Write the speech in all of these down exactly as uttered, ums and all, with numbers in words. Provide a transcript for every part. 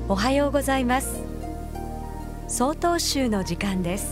おはようございます。総統集の時間です。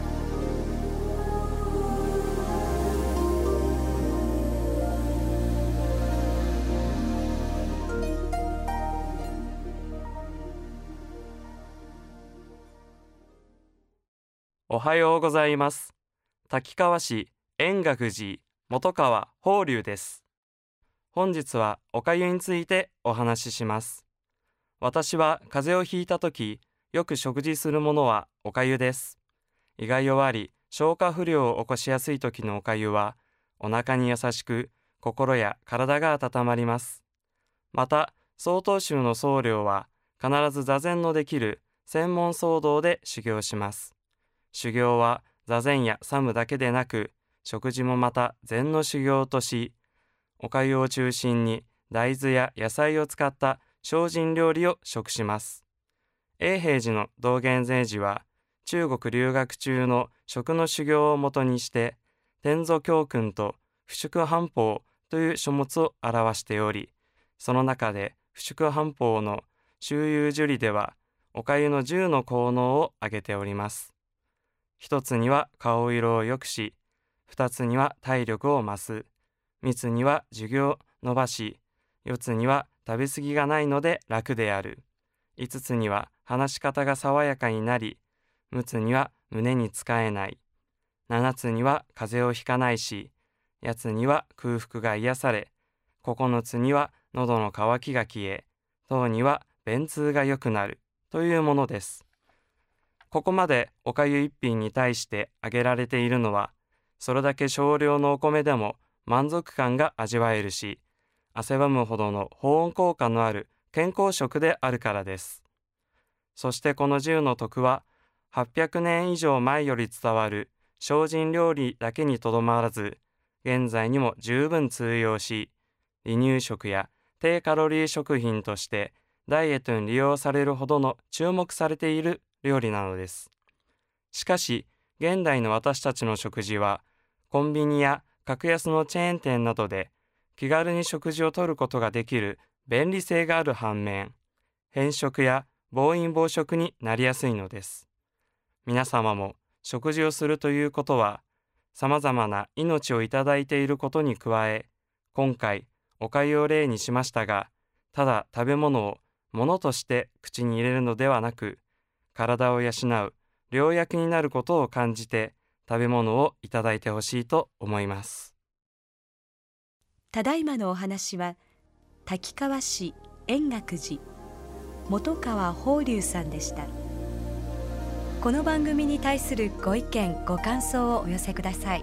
おはようございます。滝川市円覚寺本川法隆です。本日はおかゆについてお話しします。私は風邪をひいたとき、よく食事するものはおかゆです。胃が弱り、消化不良を起こしやすいときのおかゆは、お腹に優しく、心や体が温まります。また、曹洞宗の僧侶は、必ず座禅のできる専門僧堂で修行します。修行は座禅や作務だけでなく、食事もまた禅の修行とし、おかゆを中心に大豆や野菜を使った精進料理を食します。永平寺の道元禅師は、中国留学中の食の修行をもとにして、天祖教訓と不祝半法という書物を表しており、その中で不祝半法の周遊樹理では、おかゆのじゅうの効能を挙げております。一つには顔色を良くし、二つには体力を増す、三つには寿命を伸ばし、四つには食べ過ぎがないので楽である、五つには話し方が爽やかになり、六つには胸に使えない、七つには風邪をひかないし、八つには空腹が癒され、九つには喉の渇きが消え、十には便通が良くなるというものです。ここまでおかゆ一品に対して挙げられているのは、それだけ少量のお米でも満足感が味わえるし、汗ばむほどの保温効果のある健康食であるからです。そしてこのじゅうの徳は、はっぴゃくねん以上前より伝わる精進料理だけにとどまらず、現在にも十分通用し、離乳食や低カロリー食品としてダイエットに利用されるほどの注目されている料理なのです。しかし、現代の私たちの食事は、コンビニや格安のチェーン店などで気軽に食事をとることができる便利性がある反面、偏食や暴飲暴食になりやすいのです。皆様も食事をするということは、様々な命をいただいていることに加え、今回おかゆを例にしましたが、ただ食べ物を物として口に入れるのではなく、体を養う良薬になることを感じて、食べ物をいただいてほしいと思います。 ただいまのお話は、滝川市円覚寺本川法隆さんでした。この番組に対するご意見ご感想をお寄せください。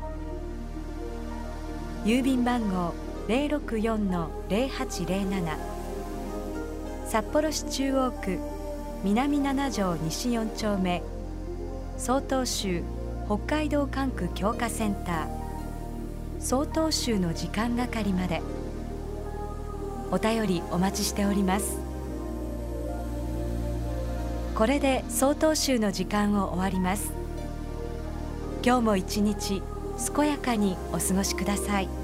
郵便番号 ゼロろくよんのゼロはちゼロなな、 札幌市中央区南なな条西よん丁目、曹洞宗北海道管区強化センター曹洞宗の時間係まで。お便りお待ちしております。これで曹洞宗の時間を終わります。今日も一日健やかにお過ごしください。